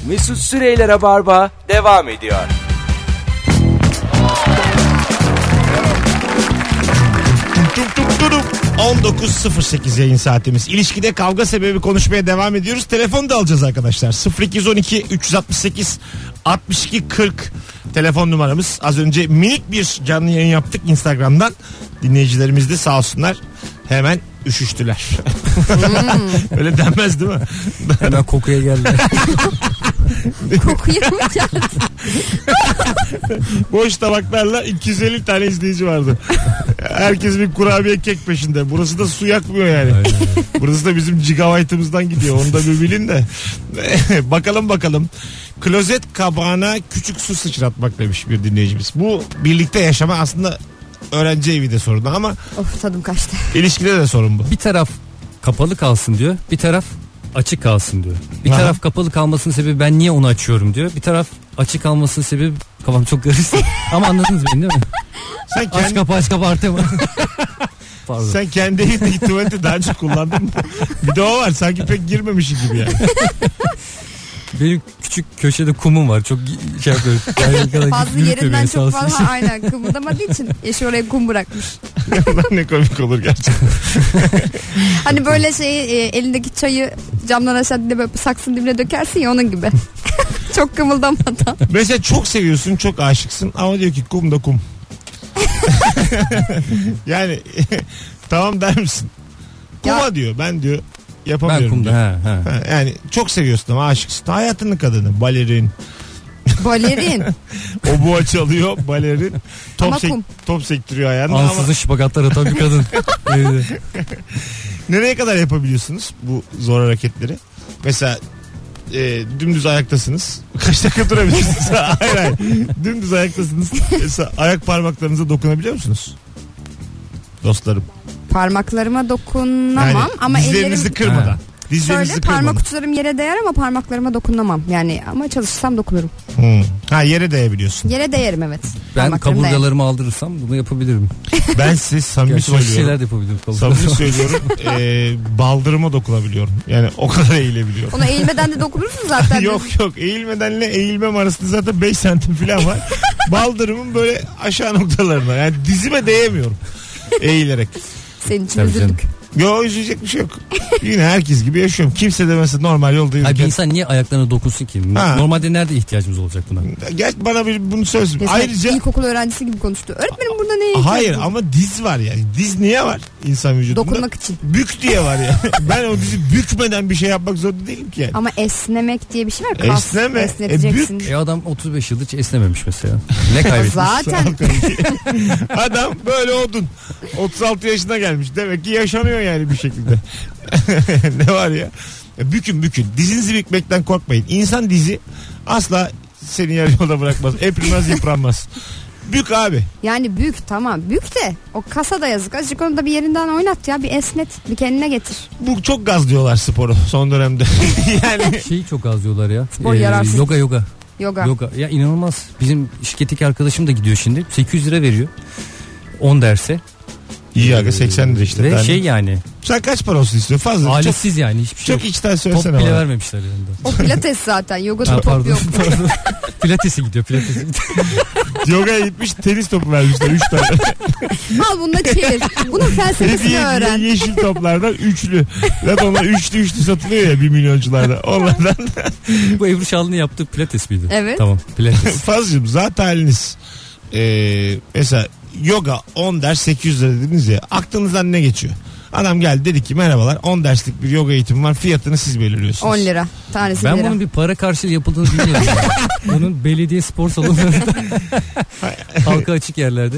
Mesut Süreyler'e barba devam ediyor. Tum tum tum. 19.08 yayın saatimiz. İlişkide kavga sebebi konuşmaya devam ediyoruz. Telefonu da alacağız arkadaşlar. 0212 368 62 40 telefon numaramız. Az önce minik bir canlı yayın yaptık Instagram'dan. Dinleyicilerimiz de sağ olsunlar hemen üşüştüler. Öyle denmez değil mi? Hemen kokuya geldi. Kokuya mı geldi? Boş tabaklarla 250 tane izleyici vardı. Herkes bir kurabiye kek peşinde. Burası da su yakmıyor yani. Burası da bizim gigabaytımızdan gidiyor. Onu da bir bilin de. Bakalım. Klozet kabağına küçük su sıçratmak demiş bir dinleyicimiz. Bu birlikte yaşama aslında öğrenci evi de sorunu ama Of, tadım kaçtı. İlişkide de sorun bu. Bir taraf kapalı kalsın diyor. Bir taraf açık kalsın diyor. Bir Aha. taraf kapalı kalmasının sebebi ben niye onu açıyorum diyor. Bir taraf açık kalmasının sebebi kafam çok karıştı. Ama anladınız beni değil mi? Sen Aç kapı artı mı? Pardon. Sen kendi evindeki tuvaleti daha önce kullandın mı? Bir de o var, sanki pek girmemişsin gibi yani. Benim küçük köşede kumum var. Çok şey yapıyorum. Yani Fazla yerinden çok fazla aynen kımıldamadığı için eşi oraya kum bırakmış. Ne komik olur gerçekten. Hani böyle elindeki çayı camdan aşağı diye böyle saksın dibine dökersin ya, onun gibi. Çok kımıldamadan. Mesela çok seviyorsun, çok aşıksın ama diyor ki kum da kum. Yani tamam der misin? Kuma Ya. diyor, ben diyor Ben yapamıyorum kumda. diyor. Ha. Yani çok seviyorsun ama aşıksın. Hayatının kadını, balerin. Balerin. Oboa çalıyor, balerin. Ama kum. Top sektiriyor ayağında Ansızın ama şıpakatlar atan bir kadın. nereye kadar yapabiliyorsunuz bu zor hareketleri? Mesela dümdüz ayaktasınız. Kaç dakika durabilirsiniz? hayır. Dümdüz ayaktasınız. Mesela ayak parmaklarınıza dokunabiliyor musunuz? Dostlarım. Parmaklarıma dokunamam Yani ama dizlerinizi ellerim... kırmadan. Ha. Dizlerinizi Şöyle kırmadan. parmak uçlarım yere değer ama parmaklarıma dokunamam. Yani ama çalışırsam dokunurum. Ha, yere değebiliyorsun. Yere değerim, evet. Ben Parmaklarım değer. kaburgalarımı aldırırsam bunu yapabilirim. Ben size samimi Gerçi başka söylüyorum. şeyler de yapabilirim. Samimi söylüyorum. Baldırıma dokunabiliyorum. Yani o kadar eğilebiliyorum. Ona eğilmeden de dokunursun zaten. yok eğilmedenle eğilmem arasında zaten 5 santim falan var. Baldırımın böyle aşağı noktalarına, yani dizime değemiyorum eğilerek. Senin için Tabii üzüldük. Yo, üzülecek bir şey yok. Yine herkes gibi yaşıyorum. Kimse de mesela normal yolda Hayır, bir yürürken. insan niye ayaklarına dokunsun ki? Ha. Normalde nerede ihtiyacımız olacak buna? Gel bana bunu söylesin. Mesela Ayrıca ilkokul öğrencisi gibi konuştu. Öğretmenim burada neye hayır ihtiyacım var? ama diz var yani. Diz niye var insan vücudunda? Dokunmak için. Bük diye var yani. Ben o dizi bükmeden bir şey yapmak zorunda değilim ki yani. Ama esnemek diye bir şey var. Kas Esneme. esneteceksin. Adam 35 yıldır hiç esnememiş mesela. Ne kaybetmiş? Zaten Adam böyle odun. 36 yaşına gelmiş. Demek ki yaşanıyor yani bir şekilde. Ne var ya? Bükün. Dizinizi bükmekten korkmayın. İnsan dizi asla seni yarı yolda bırakmaz. Eprilmez, yıpranmaz. Bük abi. yani büyük, tamam büyük de o kasa da yazık. Azıcık onu da bir yerinden oynat ya, bir esnet, bir kendine getir. Bu çok gaz diyorlar sporu son dönemde. Yani Şeyi çok az diyorlar ya. Spor yararsız. Yoga. Yoga. Ya inanılmaz. Bizim şirketteki arkadaşım da gidiyor şimdi. 800 lira veriyor. 10 derse. iyi aga, 80 lira işte. Ve Yani. şey yani. Sen kaç para olsun istiyorsun? Fazla. Ailesiz yani hiçbir şey Çok yok. içten Top söylesene bile bana. vermemişler yanında. O pilates zaten. Yoga'da Ha, top pardon. yok. Pilates'e gidiyor. Yoga'ya gitmiş, tenis topu vermişler 3 tane. Al bunu da çevir. Bunun felsefesini Hediye öğren. yeşil toplardan üçlü. Zaten onlar üçlü satılıyor ya 1 milyoncularda. Onlardan. Bu Ebru Şallı'nın yaptığı pilates miydi? Evet. Tamam, pilates. Fazlacığım zaten haliniz. Mesela yoga 10 ders 800 lira dediniz ya. Aklınızdan ne geçiyor? Adam geldi dedi ki merhabalar, 10 derslik bir yoga eğitimi var, fiyatını siz belirliyorsunuz. 10 lira. Tanesi Ben 1 lira. bunun bir para karşılığı yapıldığını bilmiyorum. Bunun belediye spor salonlarında halka açık yerlerde.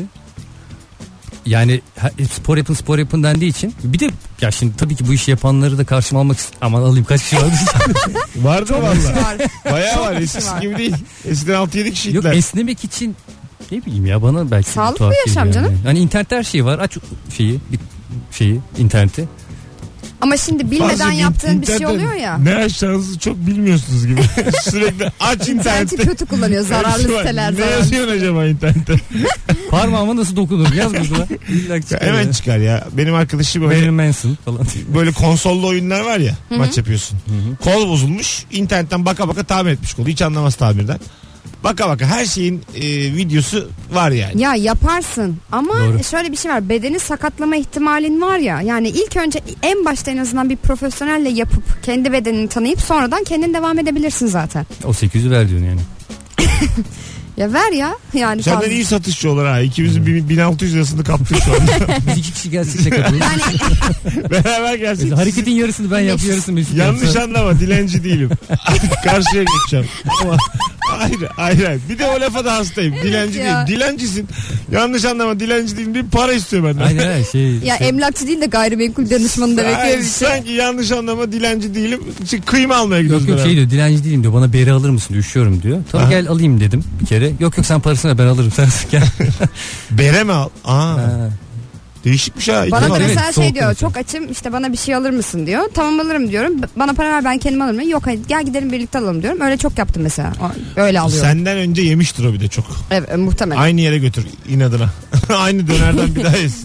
Yani spor yapın dendiği için. Bir de ya şimdi tabii ki bu işi yapanları da karşıma almak aman alayım, kaç kişi vardı? Vardı valla. Var. Bayağı var, Çok eskisi var. gibi değil. Eskiden 6-7 kişiydiler. Yok, esnemek için ne bileyim ya, bana belki Sağlıklı tuhaf yaşam geliyor canım. yani. Hani internette her şey var. Aç interneti. Ama şimdi bilmeden Fazla yaptığın bir şey internetten oluyor ya. Ne açacağınızı çok bilmiyorsunuz gibi. Sürekli aç İnterneti internette. kötü kullanıyor. Zararlı Hepsi var. siteler. Ne Zararlı. yazıyorsun acaba internette? Parmağıma nasıl dokunur? Yaz burada. İlla çıkar. Hemen ya. çıkar ya. Benim arkadaşım böyle Marilyn Manson falan. böyle konsollu oyunlar var ya. Maç yapıyorsun. Kol bozulmuş. İnternetten baka baka tamir etmiş kolu. Hiç anlamaz tamirden. Baka baka her şeyin videosu var yani. Ya yaparsın ama Doğru. şöyle bir şey var, bedeni sakatlama ihtimalin var ya, yani ilk önce en başta en azından bir profesyonelle yapıp kendi bedenini tanıyıp sonradan kendin devam edebilirsin zaten. O 800'ü ver diyorsun yani. Ya ver ya yani Senden fazla. iyi satışçı olur ha. İkimizin 1600 lirasını kaptık şu anda. Biz 2 kişi gelsin şey katılır. Yani Beraber gelsin. Hareketin yarısını ben yap, yarısını Mesut Yanlış yapsa. anlama, dilenci değilim. Karşıya geçeceğim. Ama hayır. Bir de o lafa da hastayım. Dilenci ya. değilim. Dilencisin. Yanlış anlama, dilenci değilim diye para istiyor benden. Aynen şey. ya emlakçı değil de gayrimenkul danışmanı demek Ay, gibi bir şey. sanki yanlış anlama, dilenci değilim. Çünkü kıyma almaya gidiyoruz. Yok şey diyor, dilenci değilim diyor, bana beri alır mısın diyor, üşüyorum diyor. Tamam Aha. gel alayım dedim bir kere. Yok sen parasını ver, ben alırım, sen gel. Bere mi al? Aa, Ha. değişikmiş ha. Bana da Evet, mesela soğuk şey diyor, konuşuyor. çok açım işte bana bir şey alır mısın diyor. Tamam alırım diyorum. Bana para ver ben kendim alırım. Yok hayır gel gidelim birlikte alalım diyorum. Öyle çok yaptım mesela. Öyle alıyorum. Senden önce yemiştir o bir de çok. Evet muhtemelen. Aynı yere götür inadına. Aynı dönerden bir daha yesin.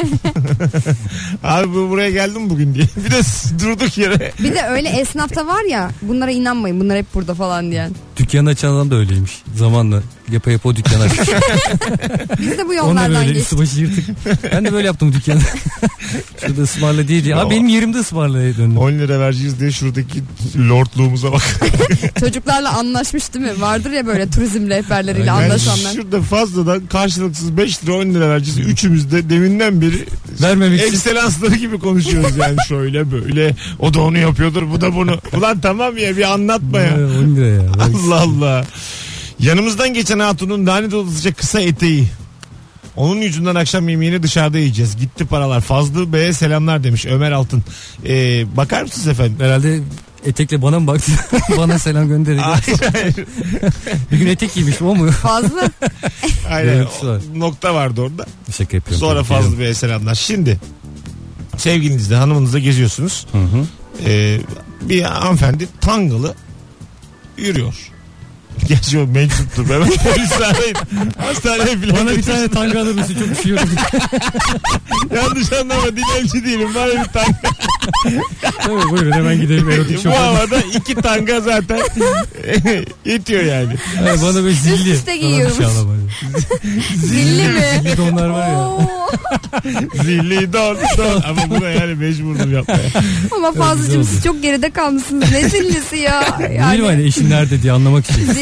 Abi buraya geldim bugün diye. Bir de durduk yere. Bir de öyle esnafta var ya, bunlara inanmayın bunlar hep burada falan diyen. Dükkanı açan adam da öyleymiş zamanla. Yapa o dükkanı açmış. Biz de bu Ona yollardan böyle geçtik. üstü başı yırtık. Ben de böyle yaptım dükkanı. Şurada ısmarla diye. Abi benim yerimde ısmarlaya döndüm. 10 lira vereceğiz diye şuradaki lordluğumuza bak. Çocuklarla anlaşmış değil mi? Vardır ya böyle turizm rehberleriyle Aynen. Yani anlaşanlar. şurada fazladan karşılıksız 5 lira 10 lira vereceğiz. Üçümüz de deminden beri Vermemek için. ekselansları gibi konuşuyoruz yani, şöyle böyle. O da onu yapıyordur, bu da bunu. Ulan tamam ya, bir anlatma ya. 10 lira ya. Allah Allah. Yanımızdan geçen hatunun lanet olası kısa eteği. Onun yüzünden akşam yemeğini dışarıda yiyeceğiz. Gitti paralar. Fazlı Bey'e selamlar demiş Ömer Altın. Bakar mısınız efendim? Herhalde etekle bana mı baktı? Bana selam gönderecek. Hayır. Bir gün etek giymiş o mu? Fazla. Aynen. Görüntüsü var. Nokta vardı orada. Şaka yapıyorum. Sonra tabii, Fazlı biliyorum. Bey'e selamlar. Şimdi sevgilinizle, hanımınızla geziyorsunuz. Hı hı. Bir hanımefendi tangalı yürüyor. Gerçi o meczuptur. Hemen polisi arayın. Hastaneye bile Bana bir götürsün. tane tanga alır mısın? Çok üşüyorum. Yanlış anlama, dilenci değilim. Bana bir tanga. Tabii buyurun hemen gidelim erotik Bu şopa. havada 2 tanga zaten yetiyor yani. Hayır, bana böyle zilli. üste Bana bir giyiyormuş. şey alamayın. Zilli mi? Zilli donlar var ya. Oo. Zilli don. Ama bu da yani mecburdum yapmaya. Ama güzel Fazlıcığım oldu. siz çok geride kalmışsınız. Ne zillisi ya? Değilim hani eşin nerede diye anlamak için.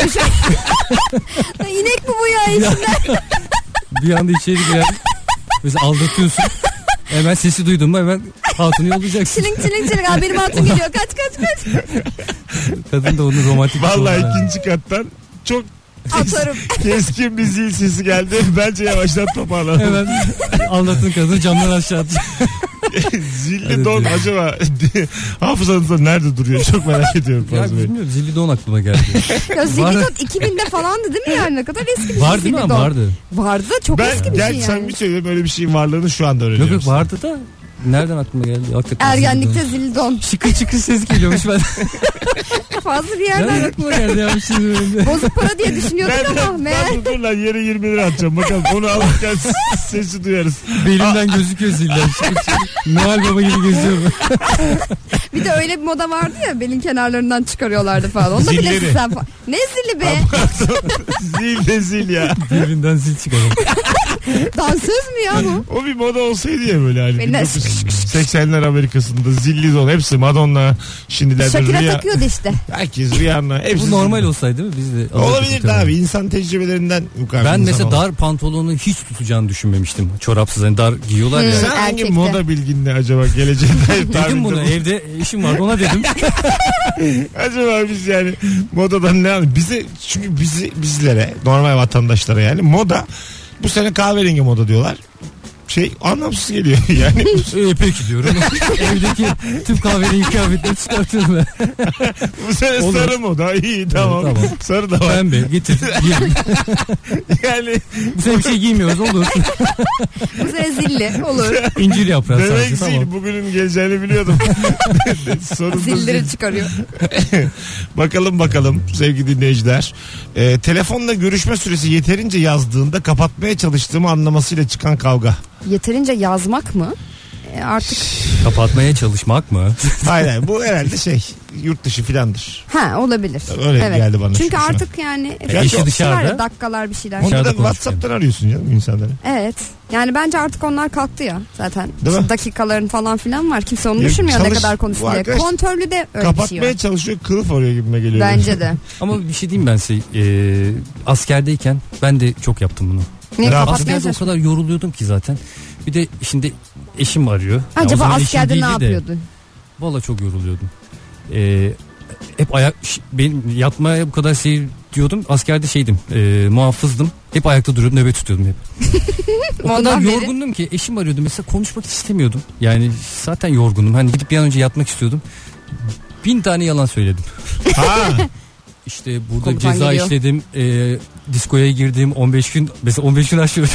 İnek mi bu ya eşinden? Bir anda içeri girer. Mesela aldatıyorsun. Hemen sesi duydun mu hemen hatunu yollayacaksın. Çilink çilink çilink. Aa, benim hatun geliyor. Kaç. Kadın da onu romantik. Vallahi bir şey ikinci kattan çok Atarım. keskin bir zil sesi geldi. Bence yavaştan toparlanalım. hemen anlatın kadını camdan aşağı atacak. Zilli Evet, don evet. acaba hafızanızda nerede duruyor? Çok merak ediyorum Ya Fazlı Bey. bilmiyorum, zilli don aklıma geldi. Ya zilli Var- don 2000'de falandı değil mi yani? Ne kadar eski bir şey Var değil mi zilli ama don. vardı. Vardı da çok Ben eski bir şey gerçi sen yani. bir söyleyeyim, böyle bir şeyin varlığını şu anda öğreniyorum. Yok vardı da nereden aklıma geldi? Hakikaten Ergenlikte zilli zilli don. don. Şıkır çıkır ses geliyormuş ben. Fazla bir Nereden yerden aklıma geldi ya bir şey böyle. bozuk para diye düşünüyorduk ama meğer Ben dur lan, yere 20 lira atacağım. Bakalım onu alırken sesi duyarız. Belimden gözüküyor ziller. Şıkır çıkır. Noel Baba gibi geziyorum. bir de öyle bir moda vardı ya, belin kenarlarından çıkarıyorlardı falan. Onu da Zilleri. bilirsin sen falan. Ne zili be? Zil de zil ya. Birinden zil çıkarım. Dansöz mü ya bu? O bir moda olsaydı ya böyle hani. Beni- 1980'ler Amerika'sında zilli don hepsi, Madonna, şimdilerde Şakira Rihanna. takıyordu işte. Herkes Rihanna. Hepsi Bu normal zilli. olsaydı değil mi? Biz de Olabilir de abi, insan tecrübelerinden yukarı. Ben insan mesela olarak. dar pantolonu hiç tutacağını düşünmemiştim. Çorapsız hani dar giyiyorlar ya. Hmm. Sen hangi Erkekte. moda bilginle acaba geleceğe dair Dedim tahminde bunu, bulun? evde işim vardı ona dedim. Acaba biz yani modadan ne anlıyoruz? Bize, çünkü bizlere, normal vatandaşlara yani moda, bu sene kahverengi moda diyorlar. anlamsız geliyor yani. Peki diyorum. Evdeki tüm kahverengi kıyafetleri çıkartıyorum ben. Bu sene Olur. sarı mı da iyi tamam. Evet, tamam. Sarı da var. Pembe getir. Giyin. Yani Bu sene bir şey giymiyoruz olur. Bu sene zilli olur. İncir yaprağı demek sadece zil tamam. bugünün geleceğini biliyordum. Sorun da Zilleri zil. çıkarıyor. Bakalım sevgili dinleyiciler. Telefonla görüşme süresi yeterince yazdığında kapatmaya çalıştığımı anlamasıyla çıkan kavga. Yeterince yazmak mı? Artık Kapatmaya çalışmak mı? Hayır bu herhalde yurt dışı filandır. olabilir. Öyle Evet. geldi bana. Çünkü şu an. artık yani Eşi var dışarıda. ya, dakikalar bir şeyler. Onu da Dışarıda WhatsApp'tan arıyorsun canım insanları. Evet. Yani bence artık onlar kalktı ya zaten. Değil mi? Dakikaların falan filan var. Kimse onu Ya düşünmüyor ne kadar bu konuşuyor diye. arkadaş Kontörlü de öyle bir şey Kapatmaya var. çalışıyor, kılıf arıyor gibime geliyor. Bence de. Ama bir şey diyeyim ben size. Askerdeyken ben de çok yaptım bunu. Niye Ne yaptın? kapatmaya Askerde o çalışıyor? kadar yoruluyordum ki zaten. Bir de şimdi eşim arıyor. Ya o Acaba zaman eşim askerde ne değildi de, yapıyordun? Valla çok yoruluyordum. Hep benim yatmaya bu kadar diyordum. Askerde muhafızdım. Hep ayakta duruyordum, nöbet tutuyordum hep. O kadar Ondan beri- yorgundum ki eşim arıyordu. Mesela konuşmak istemiyordum. Yani zaten yorgundum. Hani gidip bir an önce yatmak istiyordum. 1000 tane yalan söyledim. Ha. İşte burada Komutan ceza geliyor. işledim. Diskoya girdim 15 gün. Mesela 15 gün aşıyordu.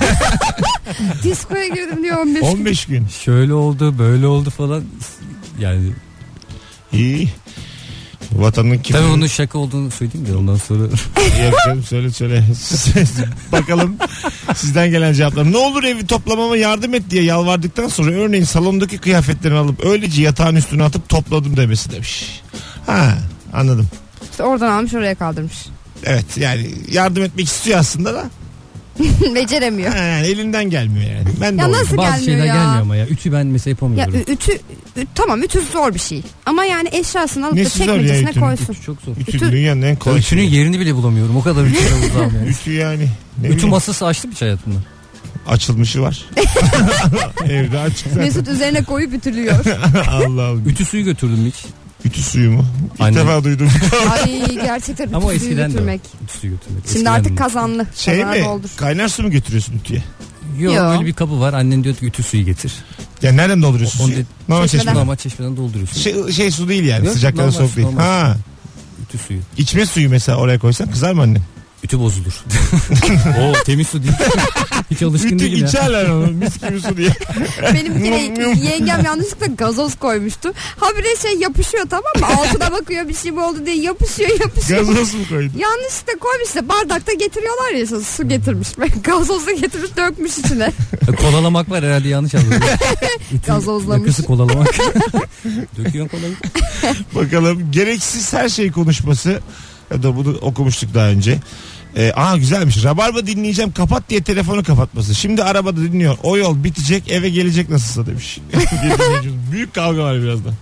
Diskoya girdim diyor 15 gün. 15 gün. Şöyle oldu böyle oldu falan. Yani İyi. Vatanın kim? tabii onun şaka olduğunu söyleyeyim de ondan sonra. Yok canım söyle. Bakalım sizden gelen cevaplar. Ne olur evi toplamama yardım et diye yalvardıktan sonra örneğin salondaki kıyafetlerini alıp öylece yatağın üstüne atıp topladım demesi demiş. Ha anladım. İşte oradan almış oraya kaldırmış. Evet yani yardım etmek istiyor aslında da. Beceremiyor. Ha, yani elinden gelmiyor yani. Ben de Ya oldum. nasıl Bazı gelmiyor şeyler ya? gelmiyor ama ya. Ütü ben mesela Ya yapamıyorum. tamam ütü zor bir şey. Ama yani eşyasını alıp da Nesi zor ya çekmecesine ütünün? koysun. Ütü çok zor. Ütü dünyanın en kolay Ütünün şeyi. yerini bile bulamıyorum. O kadar ütü uzağım yani. Ütü yani. Ne Ütü bileyim, masası açtım hiç hayatımda. açılmışı var. Evde açık zaten. Mesut üzerine koyup ütülüyor. Allah Allah. Ütü suyu götürdüm hiç. Ütü suyu mu? İlk Aynen. defa duydum. Ay gerçekten Ama ütü suyu eskiden de götürmek. ütü suyu götürmek. Şimdi Eskiden artık de. kazanlı. Şey Kazana mi? doldur. Kaynar su mu götürüyorsun ütüye? Yok Yo. öyle bir kabı var. Annen diyor ki ütü suyu getir. Ya nereden dolduruyorsun Onu suyu? de- Normal Çeşmeden. çeşme. Normal çeşmeden dolduruyorsun. Şey su değil yani. Yok, Sıcak ya da normal soğuk su, değil. normal Ha. Ütü suyu. İçme suyu mesela oraya koysan kızar mı annem? Ütü bozulur. Oo temiz su değil. Hiç alışkın Ütü değilim ya. içerler onu mis gibi su diye. Benim bir kere yengem yanlışlıkla gazoz koymuştu. Habire yapışıyor tamam mı? Altına bakıyor bir şey mi oldu diye yapışıyor. Gazoz mu koydun? Yanlışlıkla koymuş da bardakta getiriyorlar ya su getirmiş. Gazozu getirmiş dökmüş içine. Kolalamak var herhalde yanlış anladım. Ütü Gazozlamış. yakası kolalamak. Döküyorsun kolayı. Bakalım gereksiz her şey konuşması. Ya da bunu okumuştuk daha önce. Güzelmiş. Rabarba dinleyeceğim kapat diye telefonu kapatması. Şimdi arabada dinliyor. O yol bitecek eve gelecek nasılsa demiş. Büyük kavga var birazdan.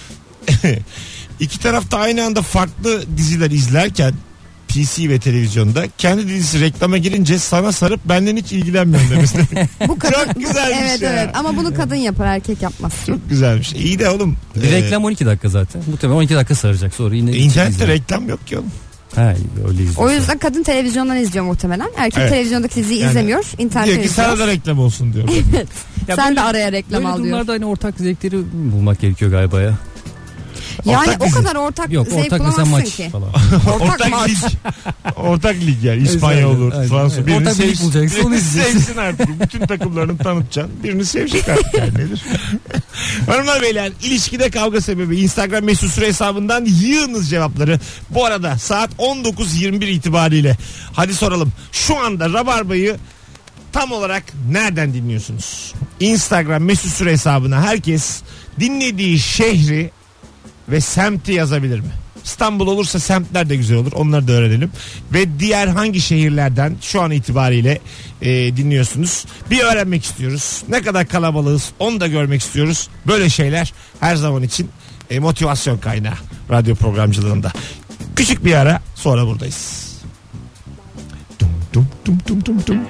İki tarafta aynı anda farklı diziler izlerken PC ve televizyonda kendi dizisi reklama girince sana sarıp benden hiç ilgilenmiyorum demesi. Bu kadın, Çok güzelmiş evet ya. evet ama bunu kadın yapar erkek yapmaz. Çok güzelmiş. İyi de oğlum. Bir reklam 12 dakika zaten. Muhtemelen 12 dakika saracak sonra yine. İnternette izler. reklam yok ki oğlum. Ha öyle izliyorsun. O yüzden kadın televizyondan izliyor muhtemelen. Erkek Evet. televizyondaki diziyi Yani izlemiyor. İnternet Diyor ki sana izliyor. da reklam olsun diyor. Ya Sen böyle- de araya reklam Böyle al diyor. durumlarda hani ortak zevkleri bulmak gerekiyor galiba ya. Yani Ortak o dizi. kadar ortak Yok zevk ortak mesela bulamazsın maç ki. falan. Ortak maç. lig. Ortak lig yani. İspanya olur, Aynen. Fransa. Evet. Ortak bir lig bulacaksın, onu izleyeceksin. Sevsin artık. Bütün takımlarını tanıtacaksın. Birini sevecek artık yani nedir? Hanımlar beyler ilişkide kavga sebebi Instagram mesut süre hesabından yığınız cevapları. Bu arada saat 19.21 itibariyle hadi soralım. Şu anda Rabarba'yı tam olarak nereden dinliyorsunuz? Instagram mesut süre hesabına herkes dinlediği şehri ve semti yazabilir mi? İstanbul olursa semtler de güzel olur. Onları da öğrenelim. Ve diğer hangi şehirlerden şu an itibariyle dinliyorsunuz? Bir öğrenmek istiyoruz. Ne kadar kalabalığız onu da görmek istiyoruz. Böyle şeyler her zaman için motivasyon kaynağı radyo programcılığında. Küçük bir ara sonra buradayız. Dum dum dum dum dum dum.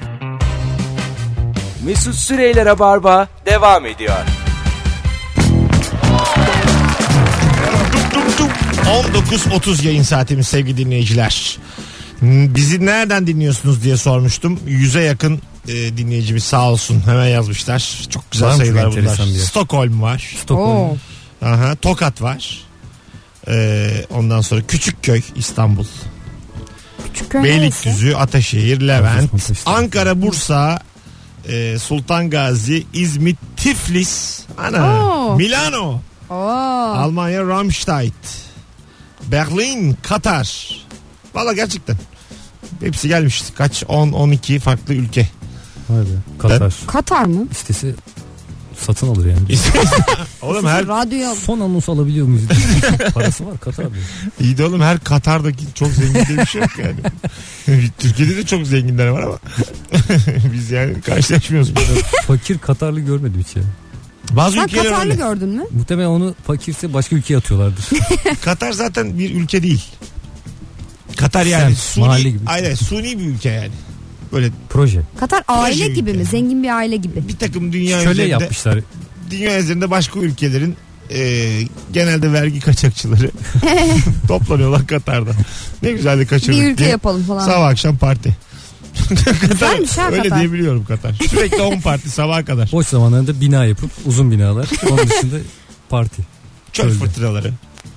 Mesut Süreyler'e barba devam ediyor. 19.30 yayın saatimiz sevgili dinleyiciler. Bizi nereden dinliyorsunuz diye sormuştum. 100'e yakın dinleyicimiz sağ olsun hemen yazmışlar. Çok güzel Var mı sayılar çok bunlar. enteresan bir yer? Stockholm var. Stockholm. Aha, Tokat var. Ondan sonra Küçükköy İstanbul. Küçükköy neresi? Beylikdüzü, Ataşehir, Levent, Ataşehir. Ankara, Bursa, Sultan Gazi, İzmit, Tiflis, Oo. Milano, Oo. Almanya, Ramstein, Berlin, Katar. Valla gerçekten hepsi gelmiş. Kaç? 10-12 farklı ülke. Hadi. Katar. Katar mı? İstese satın alır yani. Oğlum her Radyo. Son anons alabiliyor muyuz? Parası var Katar diyor. iyi de oğlum her Katar'daki çok zengin diye bir şey yok yani. Türkiye'de de çok zenginler var ama biz yani karşılaşmıyoruz. Fakir Katarlı görmedim hiç ya. Bazı Sen ülkeler Katarlı öyle. gördün mü? Muhtemelen onu fakirse başka ülkeye atıyorlardır. Katar zaten bir ülke değil. Katar yani Semt, mahalle suni, gibi. aynen suni bir ülke yani. Böyle Proje. Katar aile Proje gibi mi? ülke. Zengin bir aile gibi. bir takım dünya Şöyle üzerinde yapmışlar. dünya üzerinde başka ülkelerin genelde vergi kaçakçıları toplanıyorlar Katar'da. Ne güzel de kaçırdık Bir ülke diye. yapalım falan. Sabah akşam parti. Güzelmiş ha Öyle Katar. diyebiliyorum Katar. Sürekli 10 parti sabaha kadar. Boş zamanlarında bina yapıp uzun binalar. Onun dışında parti. Çöl öyle. fırtınaları.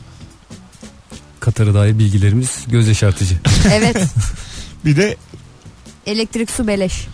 Katar'a dair bilgilerimiz göz yaşartıcı. Evet. Bir de Elektrik su beleş.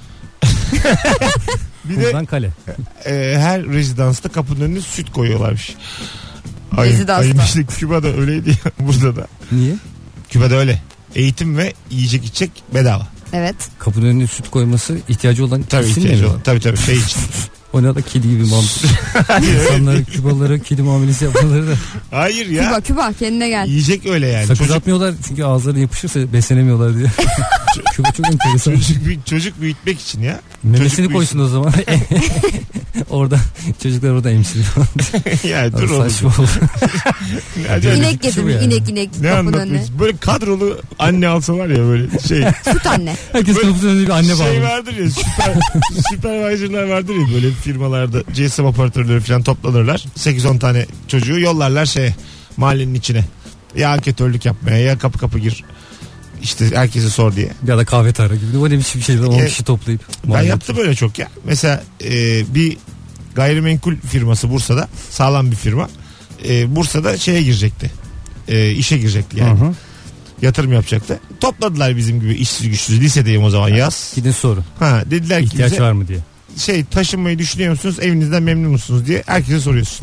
Buradan kale. her rezidansta kapının önüne süt koyuyorlarmış. Rezidansta. işte Küba'da öyleydi ya, burada da. Niye? Küba'da öyle. Eğitim ve yiyecek içecek bedava. Evet. Kapının önüne süt koyması ihtiyacı olan Tabii kesin ihtiyacı mi? olan. Tabii şey için. O ne da kedi gibi mantık. İnsanlara Kübalılara kedi muamelesi yapmaları da. Hayır ya. Küba kendine gel. Yiyecek öyle yani. Sakız atmıyorlar çünkü ağızları yapışırsa beslenemiyorlar diye. Küba çok enteresan. Çocuk büyütmek için ya. Memesini Çocuk koysun o zaman. Orada çocuklar orada emsiriyor. yani dur oğlum. Saçma olur. Acayip. İnek getirmiş yani. inek Ne kapının önüne. anlatıyorsun? Böyle kadrolu anne alsalar ya böyle şey. Süt anne. Herkes Böyle kapısının önünde bir anne şey bağlı. vardır ya süpervisorlar vardır ya böyle firmalarda GSM operatörleri falan toplanırlar. 8-10 tane çocuğu yollarlar şeye mahallenin içine. Ya anketörlük yapmaya ya kapı kapı gir. İşte herkese sor diye. Ya da kahve tarı gibi. O ne biçim bir şey. 10 kişi toplayıp. Ben yaptım böyle çok ya. Mesela bir gayrimenkul firması Bursa'da sağlam bir firma. Bursa'da şeye girecekti. İşe girecekti yani. Hı hı. Yatırım yapacaktı. Topladılar bizim gibi işsiz güçsüz. Lisedeyim o zaman yaz. Gidin sorun. Ha dediler ki İhtiyaç bize var mı diye. taşınmayı düşünüyor musunuz? Evinizden memnun musunuz diye herkese soruyorsun.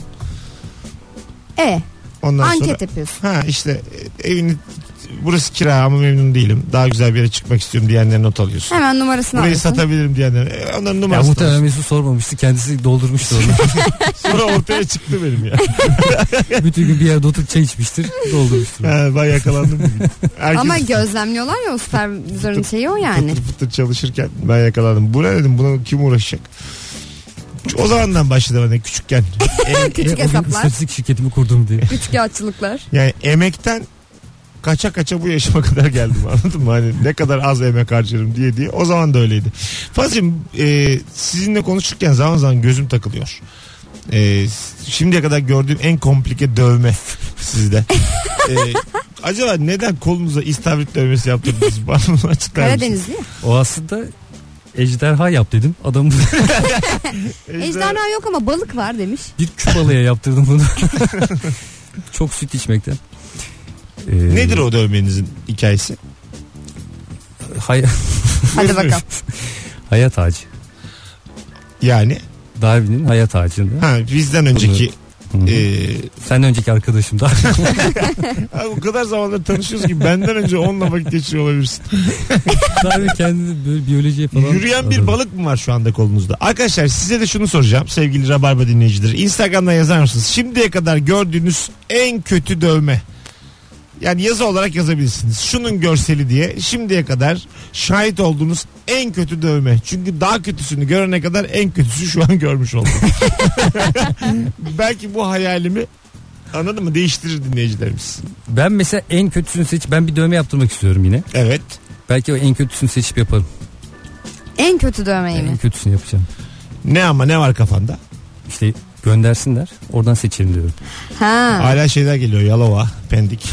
Ondan Anket sonra yapıyorsun. ha işte evini burası kira ama memnun değilim. Daha güzel bir yere çıkmak istiyorum diyenlere not alıyorsun. Hemen numarasını Burayı alıyorsun. satabilirim diyenlere. Onların Ya numarasını muhtemelen alıyorsun. Mesut sormamıştı. Kendisi doldurmuştu onu. Sonra ortaya çıktı benim ya. Bütün gün bir yerde oturup çay içmiştir. Doldurmuştur. Ha, ben yakalandım bugün. Herkes Ama gözlemliyorlar ya o süpervizörün şeyi o yani. fıtır fıtır çalışırken ben yakalandım. Bu ne dedim, buna kim uğraşacak? O zamandan başladı bana küçükken. Küçük O gün hesaplar. istatistik şirketimi kurdum diye. Üçkağıtçılıklar. Yani emekten kaça bu yaşıma kadar geldim, anladın mı? Hani ne kadar az emek harcarım diye. O zaman da öyleydi. Fazlım sizinle konuşurken zaman zaman gözüm takılıyor. Şimdiye kadar gördüğüm en komplike dövme sizde. Acaba neden kolunuza istavrit dövmesi yaptırdınız? Bana bunu açıklar mısınız? Karadenizli ya. O aslında ejderha yap dedim. Adam Ejderha yok ama balık var demiş. bir Kübalı'ya yaptırdım bunu. Çok süt içmekten. Nedir o dövmenizin hikayesi? Hadi bakalım. Hayat ağacı. Yani Darwin'in hayat ağacında. bizden önceki Senden önceki arkadaşım da. abi o kadar zamandır tanışıyoruz ki benden önce onunla vakit geçiriyor olabilirsin. Darwin kendini böyle biyolojiye falan. Yürüyen bir balık mı var şu anda kolunuzda? Arkadaşlar size de şunu soracağım sevgili Rabarba dinleyicileri. Instagram'dan yazar mısınız? Şimdiye kadar gördüğünüz en kötü dövme. Yani yazı olarak yazabilirsiniz. Şunun görseli diye şimdiye kadar şahit olduğunuz en kötü dövme. Çünkü daha kötüsünü görene kadar en kötüsü şu an görmüş oldum. Belki bu hayalimi, anladın mı, değiştirir dinleyicilerimiz. Ben mesela en kötüsünü ben bir dövme yaptırmak istiyorum yine. Evet. Belki o en kötüsünü seçip yaparım. En kötü dövmeyi mi? En kötüsünü yapacağım. Ne var kafanda? İşte göndersinler. Oradan seçelim diyorum. Ha. Hala şeyler geliyor. Yalova, Pendik.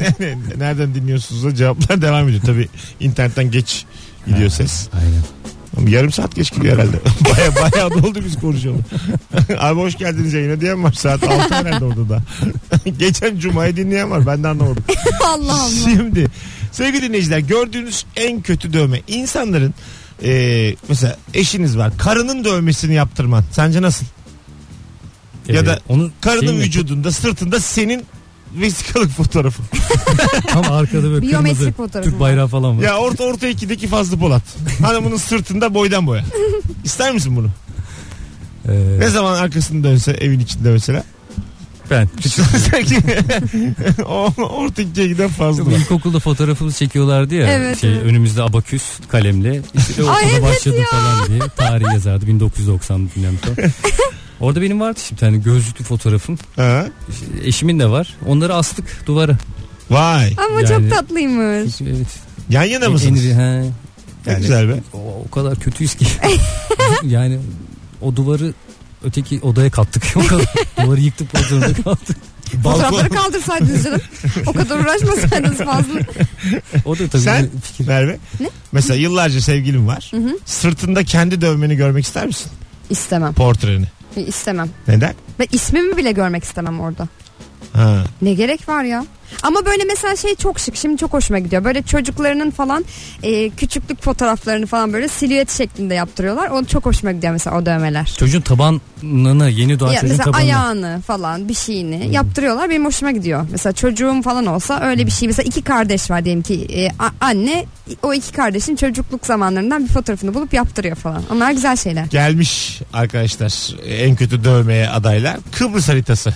Nereden dinliyorsunuz da cevaplar devam ediyor. Tabii internetten geç gidiyor ses. Aynen. Yarım saat geç gidiyor herhalde. Bayağı doldu biz konuşalım. Abi hoş geldiniz yayına diyen var. Saat 6 herhalde orada da. Geçen Cuma'yı dinleyen var. Ben de anlamadım. Allah Allah. Şimdi sevgili dinleyiciler, gördüğünüz en kötü dövme. İnsanların mesela eşiniz var. Karının dövmesini yaptırman. Sence nasıl? Ya da onu karının vücudunda, sırtında senin vesikalık fotoğrafın. Tam arkada böyle Biyometrik kırmızı fotoğrafı Türk bayrağı falan var. Ya orta ikideki Fazlı Polat. Hanımının sırtında boydan boya. İster misin bunu? Ne zaman arkasını dönse evin içinde mesela? Ben. Orta ikiye giden Fazlı. Bu ilkokulda fotoğrafımızı çekiyorlardı ya. Evet, evet. Önümüzde abaküs kalemle. İşte Ay, okula evet başladım ya. falan diye. Tarih yazardı 1990 bilmem ne. Orada benim vardı şimdi bir tane gözlüklü fotoğrafım. Ha? Eşimin de var. Onları astık duvara. Vay. Ama Yani- çok tatlıymış. Evet. Yan yana mısınız? Ne Güzel be. O kadar kötüyüz ki. Yani o duvarı öteki odaya kattık. O kadar duvarı yıktık, o zorunda kaldık. Fotoğrafları kaldırsaydınız canım. O kadar uğraşmasaydınız fazla. O da tabii Sen bir fikir. Merve. Ne? Mesela yıllarca sevgilin var. Sırtında kendi dövmeni görmek ister misin? İstemem. Portreni. İstemem. Neden? Ve ismimi bile görmek istemem orada. Ha. Ne gerek var ya? Ama böyle mesela şey çok şık, şimdi çok hoşuma gidiyor. Böyle çocuklarının falan küçüklük fotoğraflarını falan böyle silüet şeklinde yaptırıyorlar. O çok hoşuma gidiyor mesela, o dövmeler. Çocuğun tabanını, yeni doğan Ya çocuğun mesela tabanını. ayağını falan bir şeyini yaptırıyorlar. Benim hoşuma gidiyor. Mesela çocuğum falan olsa öyle bir şey. Mesela 2 kardeş var diyelim ki anne o 2 kardeşin çocukluk zamanlarından bir fotoğrafını bulup yaptırıyor falan. Onlar güzel şeyler. Gelmiş arkadaşlar en kötü dövmeye adaylar. Kıbrıs haritası.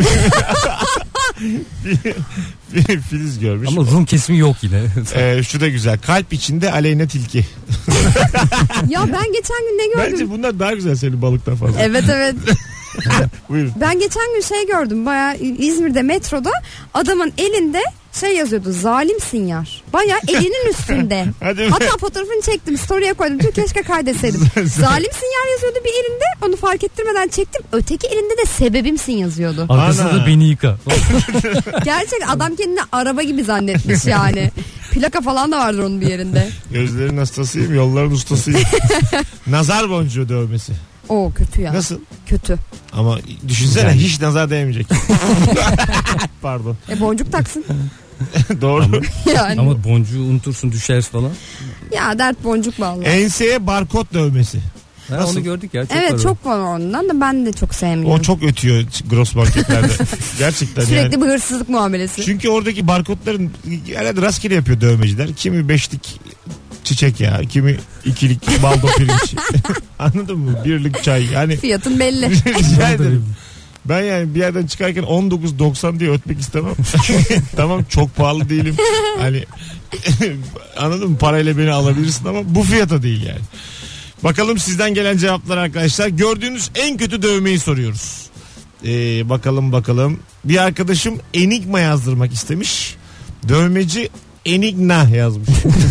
Filiz görmüş. Ama Rum kesimi yok yine. Şu da güzel. Kalp içinde Aleyna Tilki. Ya ben geçen gün ne gördüm? Bence bunlar daha güzel senin balıktan fazla. Evet evet. Buyurun. Ben geçen gün şey gördüm. Bayağı İzmir'de metroda adamın elinde şey yazıyordu. Zalimsin yar. Bayağı elinin üstünde. Hadi be. Hatta fotoğrafını çektim. Story'e koydum. Tüh, keşke kaydetseydim. Zalimsin yar yazıyordu bir elinde. Onu fark ettirmeden çektim. Öteki elinde de sebebimsin yazıyordu. Arkasında Ana. da beni yıka. Gerçek adam kendini araba gibi zannetmiş yani. Plaka falan da vardır onun bir yerinde. Gözlerin hastasıyım, yolların ustasıyım. Nazar boncuğu dövmesi. Oo kötü ya. Nasıl? Kötü. Ama düşünsene Yani. hiç nazar değmeyecek. Pardon. Boncuk taksın. Doğru. Yani. Ama boncuğu unutursun, düşer falan. Ya dert boncuk vallahi. Enseye barkod dövmesi. Ha, Nasıl? onu gördük ya. Çok Evet var o. çok var ondan da ben de çok sevmiyorum. O çok ötüyor gross marketlerde. Gerçekten Sürekli yani. bir hırsızlık muamelesi. Çünkü oradaki barkodların herhalde rastgele yapıyor dövmeciler. Kimi beşlik çiçek ya, kimi ikilik baldo pirinç. Anladın mı? Birlik çay. Yani Fiyatın belli. rica ederim. Ben yani bir yerden çıkarken 19.90 diye ötmek istemem. Tamam çok pahalı değilim. Hani anladın mı? Parayla beni alabilirsin ama bu fiyata değil yani. Bakalım sizden gelen cevaplar arkadaşlar. Gördüğünüz en kötü dövmeyi soruyoruz. Bakalım. Bir arkadaşım Enigma yazdırmak istemiş. Dövmeci Enigna yazmış.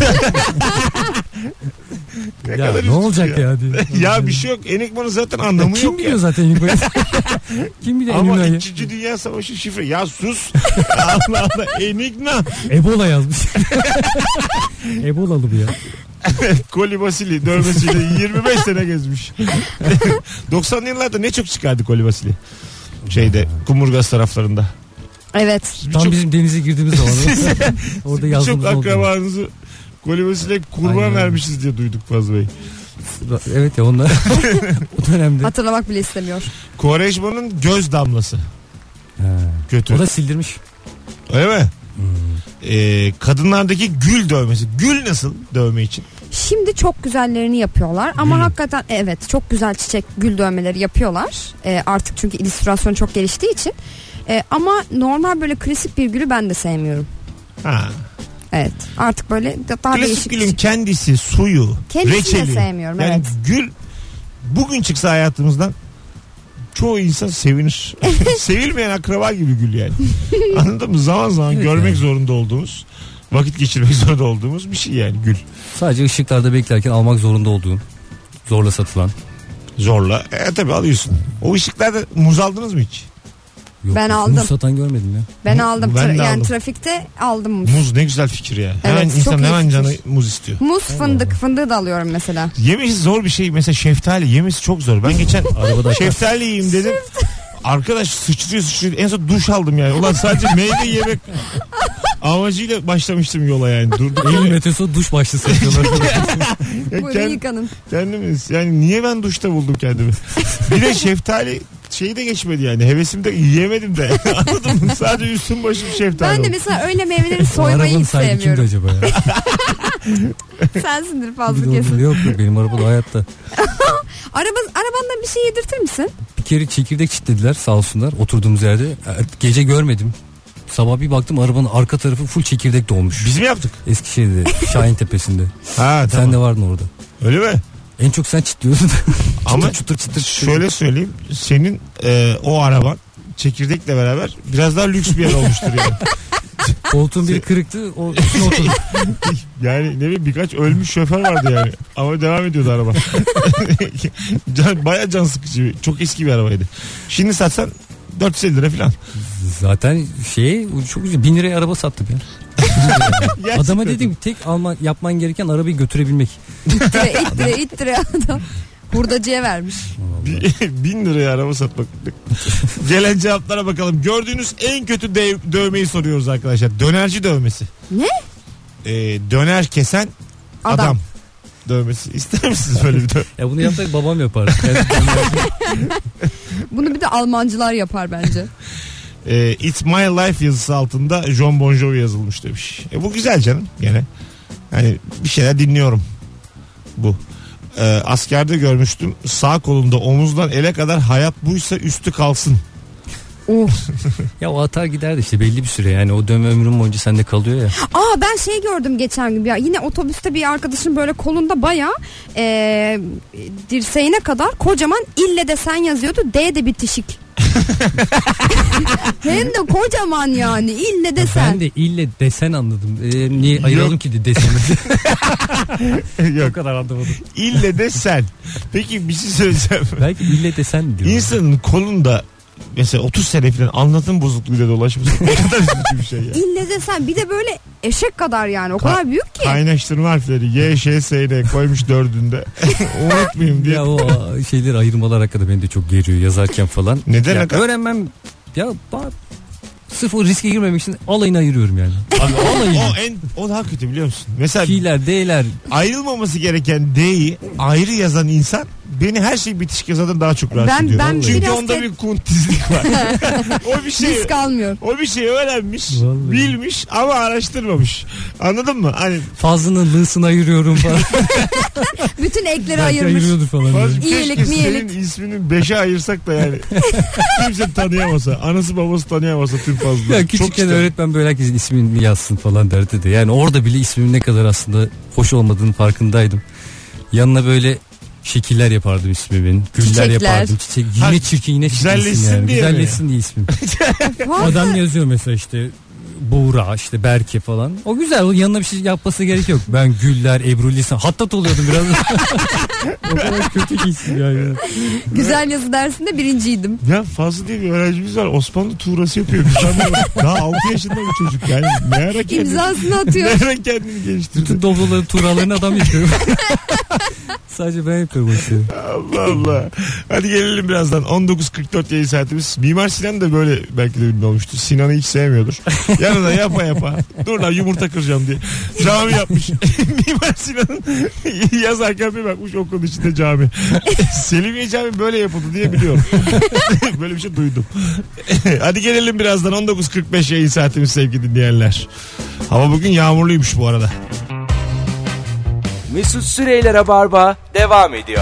Ya kadar ne üzücü ya diye. Ya bir şey yok. Enigma'nın zaten anlamı Kim yok biliyor ya. zaten Enigma'yı? Kim biliyor Ama Enigma'yı? 2. Dünya Savaşı şifre. Ya sus. Allah Allah. Enigma. Ebola yazmış. Ebolalı bu ya. Koli Vasili dövmesiyle 25 sene gezmiş. 90'lı yıllarda ne çok çıkardı Koli Vasili. Şeyde Kumburgaz taraflarında. Evet. Tam Çok- bizim denize girdiğimiz zaman. Orada Çok yazdığımız oldu. akrabanızı Koli Vasili'ye kurban Aynen. vermişiz diye duyduk Fazıl Bey. Evet ya onlar. O dönemde. Hatırlamak bile istemiyor. Quaresma'nın göz damlası. Ha. Kötü. O da sildirmiş. Öyle mi? Kadınlardaki gül dövmesi. Gül nasıl dövme için? Şimdi çok güzellerini yapıyorlar ama hakikaten evet çok güzel çiçek gül dövmeleri yapıyorlar. Artık çünkü illüstrasyon çok geliştiği için. Ama normal böyle klasik bir gülü ben de sevmiyorum. Ha. Evet. Artık böyle daha Klasik değişik. gülün kendisi, suyu, Kendisini de reçeli. sevmiyorum, Yani evet. gül bugün çıksa hayatımızdan çoğu insan sevinir. Sevilmeyen akraba gibi gül yani. Anladın mı? Zaman zaman Evet görmek yani. zorunda olduğumuz, vakit geçirmek zorunda olduğumuz bir şey yani gül. Sadece ışıklarda beklerken almak zorunda olduğun. Zorla satılan. Zorla. Tabii alıyorsun. O ışıklarda muz aldınız mı hiç? Yok, Ben aldım. Muz satan görmedim ya. Ben aldım. Ben de Yani aldım. trafikte aldım muz. Muz ne güzel fikir ya. Evet, Hemen çok insan iyi hemen fikir. canı muz istiyor. Muz, fındık. Fındığı da alıyorum mesela. Yemesi zor bir şey. Mesela şeftali yemesi çok zor. Ben geçen Arabada şeftali yiyeyim dedim. Arkadaş sıçrıyor. En son duş aldım yani. Ulan sadece meyve yemek amacıyla başlamıştım yola yani. Durduk 50 yere. metre sonra duş başlığı satıyorlar. Ya Buyurun yıkanın. kendimiz yani niye ben duşta buldum kendimi? Bir de şeftali şeyi de geçmedi yani. Hevesim de yiyemedim de. Anladın mı? Sadece üstüm başım şeftali Ben de oldu. mesela öyle meyveleri O soymayı arabanın hiç sahibi kimdi sevmiyorum. acaba ya? Sensindir Bir fazla de kesin. yok benim arabada hayatta. Arabandan bir şey yedirtir misin? Bir kere çekirdek çitlediler sağ olsunlar oturduğumuz yerde. Gece görmedim. Sabah bir baktım arabanın arka tarafı full çekirdek dolmuş. Biz mi yaptık? Eskişehir'de Şahin Tepesi'nde. Ha Sen tamam. de vardın orada. Öyle mi? En çok sen çitliyordun. Ama çıtır çıtır. şöyle söyleyeyim. Senin o araban çekirdekle beraber biraz daha lüks bir yer olmuştur yani. Koltuğun biri kırıktı. O üstüne oturdu. Yani ne bileyim birkaç ölmüş şoför vardı yani. Ama devam ediyordu araba. Baya can sıkıcı. Çok eski bir arabaydı. Şimdi satsan 450 lira falan. Zaten çok güzel. 1000 liraya araba sattım ya. Adama dedim ki tek yapman gereken arabayı götürebilmek. İttire adam. Hurdacıya vermiş. 1000 liraya araba satmak. Gelen cevaplara bakalım. Gördüğünüz en kötü dövmeyi soruyoruz arkadaşlar. Dönerci dövmesi. Ne? Döner kesen adam. Adam. Dövmesi. İster misiniz böyle bir dövme? Ya bunu yapsak babam yapar. Bunu bir de Almancılar yapar bence. It's My Life yazısı altında John Bon Jovi yazılmış demiş. Bu güzel canım gene. Hani bir şeyler dinliyorum. Bu. Askerde görmüştüm. Sağ kolunda omuzdan ele kadar hayat buysa üstü kalsın. Ya o atar gider de işte belli bir süre yani o dövme ömrüm boyunca sende kalıyor ya. Ben şey gördüm geçen gün ya, yine otobüste bir arkadaşım böyle kolunda baya dirseğine kadar kocaman ille de sen yazıyordu, D de bitişik. Hem de kocaman yani ille de sen. Ben de ille desen anladım. Niye ayıralım ki deseni? Yok. O kadar anlamadım. İlle de sen. Peki bir şey söyleyeceğim. Belki ille desen diyor. İnsanın kolunda mesela 30 sene falan anlatım bozukluğuyla dolaşması ne kadar üzücü bir şey ya. İlle de sen, bir de böyle eşek kadar yani, o kadar büyük ki. Kaynaştırma harfleri Y, Ş, S, N koymuş dördünde. Unutmayayım diye. Ya o şeyleri ayırmalar hakikaten beni de çok geriyor yazarken falan. Neden? Ya öğrenmem ya sırf o riske girmemek için alayını ayırıyorum yani. Abi, alayını. o daha kötü biliyor musun? Mesela K'ler, D'ler. ayrılmaması gereken D'yi ayrı yazan insan beni her şey bitişik yazandan daha çok rahatsız ediyor. Çünkü biraz onda bir kuntizlik var. risk almıyor. O bir şey öğrenmiş, Vallahi. bilmiş ama araştırmamış. Anladın mı? Hani Fazlının lığsını ayırıyorum falan. Bütün ekleri Belki ayırmış. ayırıyordur falan. bazı İyilik, keşke miyelik. senin isminin 5'e ayırsak da yani. Kimse tanıyamasa. Anası babası tanıyamasa tüm fazla. Ya Çok küçükken isterim. öğretmen böyle herkesin ismini yazsın falan derdi de. Yani orada bile ismimin ne kadar aslında hoş olmadığını farkındaydım. Yanına böyle şekiller yapardım ismimin. Güller Çiçekler. yapardım. Çiçek. Yine Ha, çirkin, yine güzelleşsin çirkinsin yani. diye mi? Güzelleşsin diye ismim. Adam yazıyor mesela işte Buğra, işte Berke falan. O güzel. O yanına bir şey yapması gerek yok. Ben Güller, Ebru Lisan. Hattat oluyordum biraz. O kadar kötü ki isim yani. Güzel yazı dersinde birinciydim. Ya fazla değil bir öğrencimiz var. Osmanlı tuğrası yapıyor. Biz anlamadık. Daha 6 yaşında bir çocuk. Yani ne ara kendini, İmzasını atıyor. ne ara kendini geliştirdi. Bütün dobloları, tuğralarını adam yapıyor. Sadece ben yapıyorum o işleri. Allah Allah. Hadi gelelim birazdan. 19.44 yayın saatimiz. Mimar Sinan da böyle belki de ünlü olmuştu. Sinan'ı hiç sevmiyordur. Yanında yapa. Dur lan yumurta kıracağım diye. Cami yapmış. Mimar Sinan'ın yazarken bir bakmış okulun içinde cami. Selimiye Cami böyle yapıldı diye biliyorum. Böyle bir şey duydum. Hadi gelelim birazdan. 19.45 yayın saatimiz sevgili dinleyenler. Hava bugün yağmurluymuş bu arada. Mesut Süreyler'e barba devam ediyor.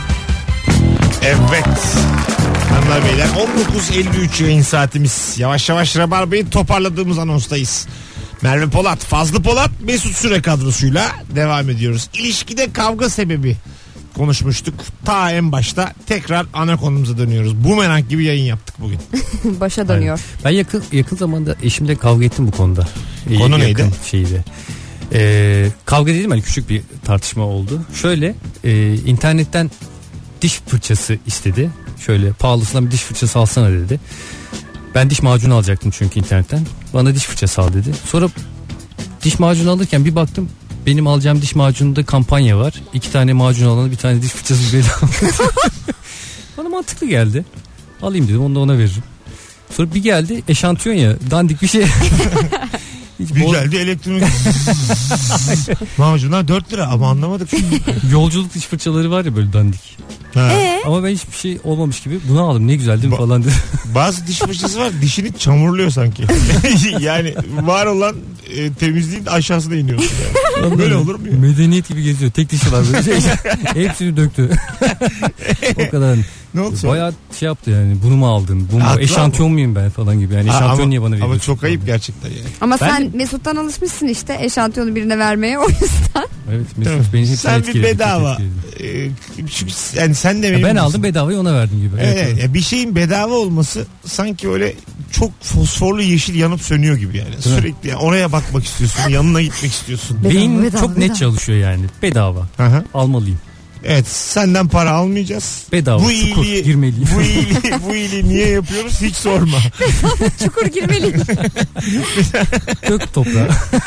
Evet. Hanımlar beyler 19.53 yayın saatimiz. Yavaş yavaş Rabarba'yı toparladığımız anonstayız. Merve Polat, Fazlı Polat, Mesut Süre kadrosuyla devam ediyoruz. İlişkide kavga sebebi konuşmuştuk. Ta en başta tekrar ana konumuza dönüyoruz. Bumerang gibi yayın yaptık bugün. Başa dönüyor. Ben yakın zamanda eşimle kavga ettim bu konuda. Konu neydi? Şeydi. Kavga dedim hani küçük bir tartışma oldu. Şöyle internetten diş fırçası istedi. Şöyle pahalısından bir diş fırçası alsana dedi. Ben diş macunu alacaktım çünkü internetten. Bana diş fırçası al dedi. Sonra diş macunu alırken bir baktım. Benim alacağım diş macununda kampanya var. 2 tane macun alana bir tane diş fırçası bedava. Bana mantıklı geldi. Alayım dedim, onu da ona veririm. Sonra bir geldi eşantiyon ya, dandik bir şey. Bir geldi elektronik macunlar 4 lira ama anlamadık. Yolculuk diş fırçaları var ya böyle dandik. Ha. Ama ben hiçbir şey olmamış gibi bunu aldım, ne güzel değil mi falan dedi. Bazı diş fırçası var, dişini çamurluyor sanki. Yani var olan temizliğin aşağısına iniyorsun yani. Böyle olur mu ya? Medeniyet gibi geziyor, tek dişi var böyle. Hepsini döktü. O kadar. Ne oldu sonra? Bayağı şey yaptı yani, bunu mu aldın? Bu mu? Eşantiyon muyum ben falan gibi. Yani eşantiyon niye bana veriyorsun? Ama çok ayıp gerçekten yani. Ama Ben sen Mesut'tan alışmışsın işte eşantiyonu birine vermeye, o yüzden. Evet, Mesut beni hep sen bir bedava. Çünkü yani sen de benim. Ben aldım bedavayı ona verdim gibi. Evet. Yani bir şeyin bedava olması sanki öyle çok fosforlu yeşil yanıp sönüyor gibi yani. Değil Sürekli yani oraya bakmak istiyorsun, yanına gitmek istiyorsun. Beyin Bedava, çok net bedava. çalışıyor yani. Bedava. Aha. Almalıyım. Evet, senden para almayacağız. Bedava. Bu Çukur iyiliği, girmeliyim. bu iyiliği niye yapıyoruz hiç sorma. Çukur girmeliyim. Kök toprağı.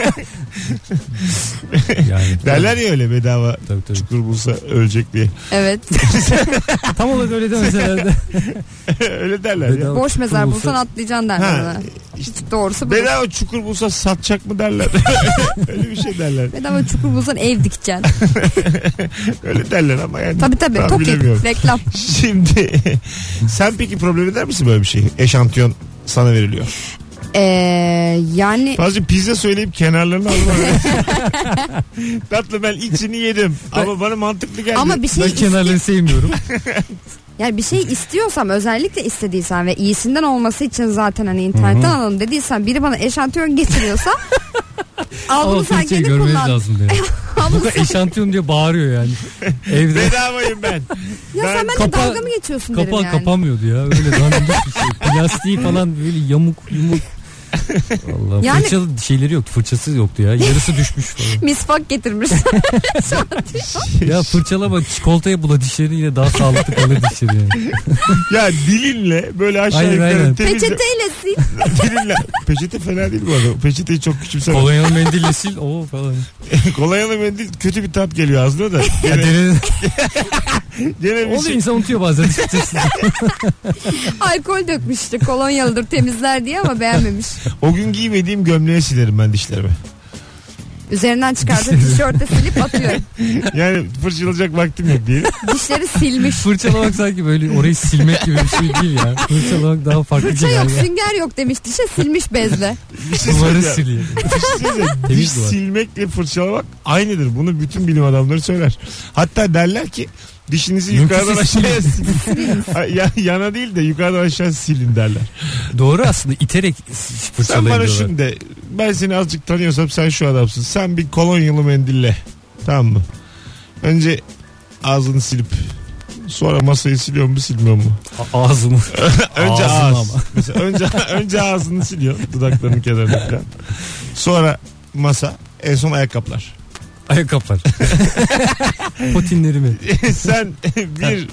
Yani Derler ya öyle bedava tabii. çukur bulsa ölecek diye. Evet. Tam olarak öyle demeseler de. Öyle derler ya. Bedava Boş çukur mezar bulsa- bulsan atlayacaksın derler Ha, bana. işte Doğrusu bu. bedava çukur bulsa satacak mı derler. Öyle bir şey derler. Bedava çukur bulsan ev dikeceksin. Öyle derler ama yani. Tabii. Ben Tokik. bilemiyorum. Reklam. Şimdi sen peki problem eder misin böyle bir şey? Eşantiyon sana veriliyor. Yani Fazla pizza söyleyip kenarlarını alma. Tatlı ben içini yedim. Ama bana mantıklı geldi. ama bir şey Ben kenarları sevmiyorum. yani bir şey istiyorsam, özellikle istediysen ve iyisinden olması için zaten hani internetten alalım dediysen, biri bana eşantiyon getiriyorsa al bunu Ama sen fırçayı gene görmeniz kullan. lazım diye. Bu da eşantiyon diye bağırıyor yani. Evde Bedavayım ben. Ya sen benimle Kapa- dalga mı geçiyorsun derim kapağı yani. kapamıyordu ya. Öyle dandik bir şey. Plastiği falan böyle yamuk. Allah, Yani- fırçalı şeyleri yoktu. Fırçası yoktu ya. Yarısı düşmüş falan. Misvak getirmiş. Ya fırçalama, çikolataya bula dişlerini, yine daha sağlıklı kalır dişleri yani. Ya dilinle böyle aşağı Aynen, yukarı aynen. temizle. Peçeteyle sil. Dilinle. Peçete fena değil bu arada. Peçeteyi çok küçümseme. Kolonyalı mendille sil. Oo falan. Kolonyalı mendil kötü bir tat geliyor ağzına da. Ya Gene, denedim. gene bir Oluyor, şey. insan unutuyor bazen diş fırçasını. Alkol dökmüş işte, kolonyalıdır temizler diye, ama beğenmemiş. O gün giymediğim gömleğe silerim ben dişlerimi. Üzerinden çıkartıp tişörte silip atıyorum. Yani fırçalayacak vaktim yok diyelim. Dişleri silmiş. Fırçalamak sanki böyle orayı silmek gibi bir şey değil ya. Fırçalamak daha farklı bir Fırça şey yok, galiba. sünger yok demiş, dişe silmiş bezle. Bir şey Duvarı söyleyeceğim. siliyor. Bir şey söyleyeceğim. Diş Temiz duvar. silmekle fırçalamak aynıdır. Bunu bütün bilim adamları söyler. Hatta derler ki dişinizi Mümkünse yukarıdan aşağıya silin. Yana değil de yukarıdan aşağı silin derler. Doğru, aslında iterek Sen fırçalayın bana diyorlar. şimdi, ben seni azıcık tanıyorsam sen şu adamsın. Sen bir kolonyalı mendille, tamam mı? Önce ağzını silip sonra masayı siliyor mu silmiyor mu? Ağzımı. Önce Ağzını ağız. ama. Mesela önce ağzını siliyor, dudaklarının kenarında falan. Sonra masa, en son ayakkabılar. Ayakkabılar. Potinlerimi. Sen bir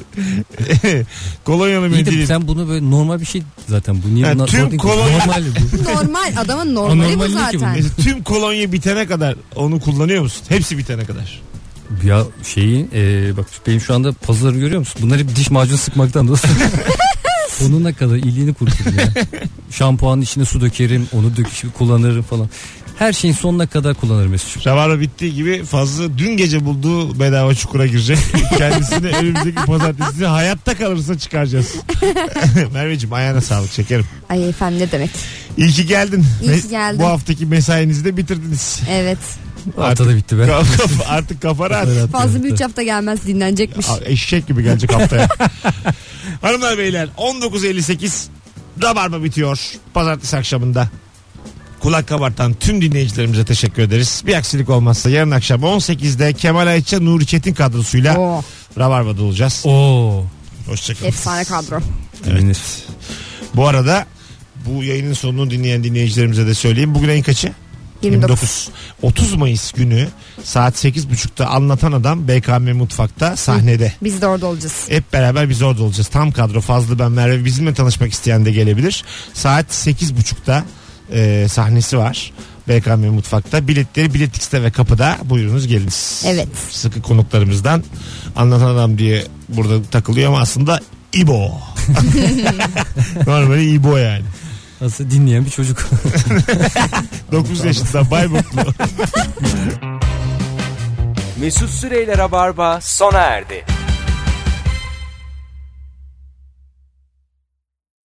kolonyalı İyi de mendili. sen bunu böyle normal bir şey zaten. Bu niye Yani buna tüm zor değil ki? kolonya- Normal bu. Normal, adamın normali bu Anormallik ki bu. zaten. Mesela tüm kolonya bitene kadar onu kullanıyor musun? Hepsi bitene kadar. Ya bak benim şu anda pazarı görüyor musun? Bunlar hep diş macunu sıkmaktan dostum. Sonuna kadar iyiliğini kuruturum ya. Şampuanın içine su dökerim, onu kullanırım falan. Her şeyin sonuna kadar kullanırım Mesut'cum. Rabarba bittiği gibi fazla dün gece bulduğu bedava çukura girecek. Kendisini önümüzdeki pazartesi hayatta kalırsa çıkaracağız. Merveciğim ayağına sağlık, şekerim. Ay efendim, ne demek. İyi ki geldin. İyi ki geldin. Bu haftaki mesainizi de bitirdiniz. Evet. Haftada bitti be. Artık kafa rahat. Fazla bir 3 hafta gelmez, dinlenecekmiş. Eşek gibi gelecek haftaya. Hanımlar beyler, 19.58 Rabarba bitiyor. Pazartesi akşamında. Kulak kabartan tüm dinleyicilerimize teşekkür ederiz. Bir aksilik olmazsa yarın akşam 18'de Kemal Ayça, Nuri Çetin kadrosuyla Oo, Rabarba'da olacağız. Oo. Hoşçakalın. efsane kadro. Evet. Bu arada bu yayının sonunu dinleyen dinleyicilerimize de söyleyeyim. Bugün ayın kaçı? 29. 30 Mayıs günü saat 8.30'da Anlatan Adam BKM Mutfak'ta sahnede. Biz de orada olacağız. Hep beraber biz orada olacağız. Tam kadro, Fazlı, ben, Merve, bizimle tanışmak isteyen de gelebilir. Saat 8.30'da sahnesi var. BKM Mutfak'ta. Biletleri Bilet X'te ve kapıda. Buyurunuz geliniz. Evet. Sıkı konuklarımızdan Anlatan Adam diye burada takılıyor ama aslında İbo. Normali İbo yani. Aslında dinleyen bir çocuk. 9 yaşında Bayburtlu. Mesut Süreyler'e barba sona erdi.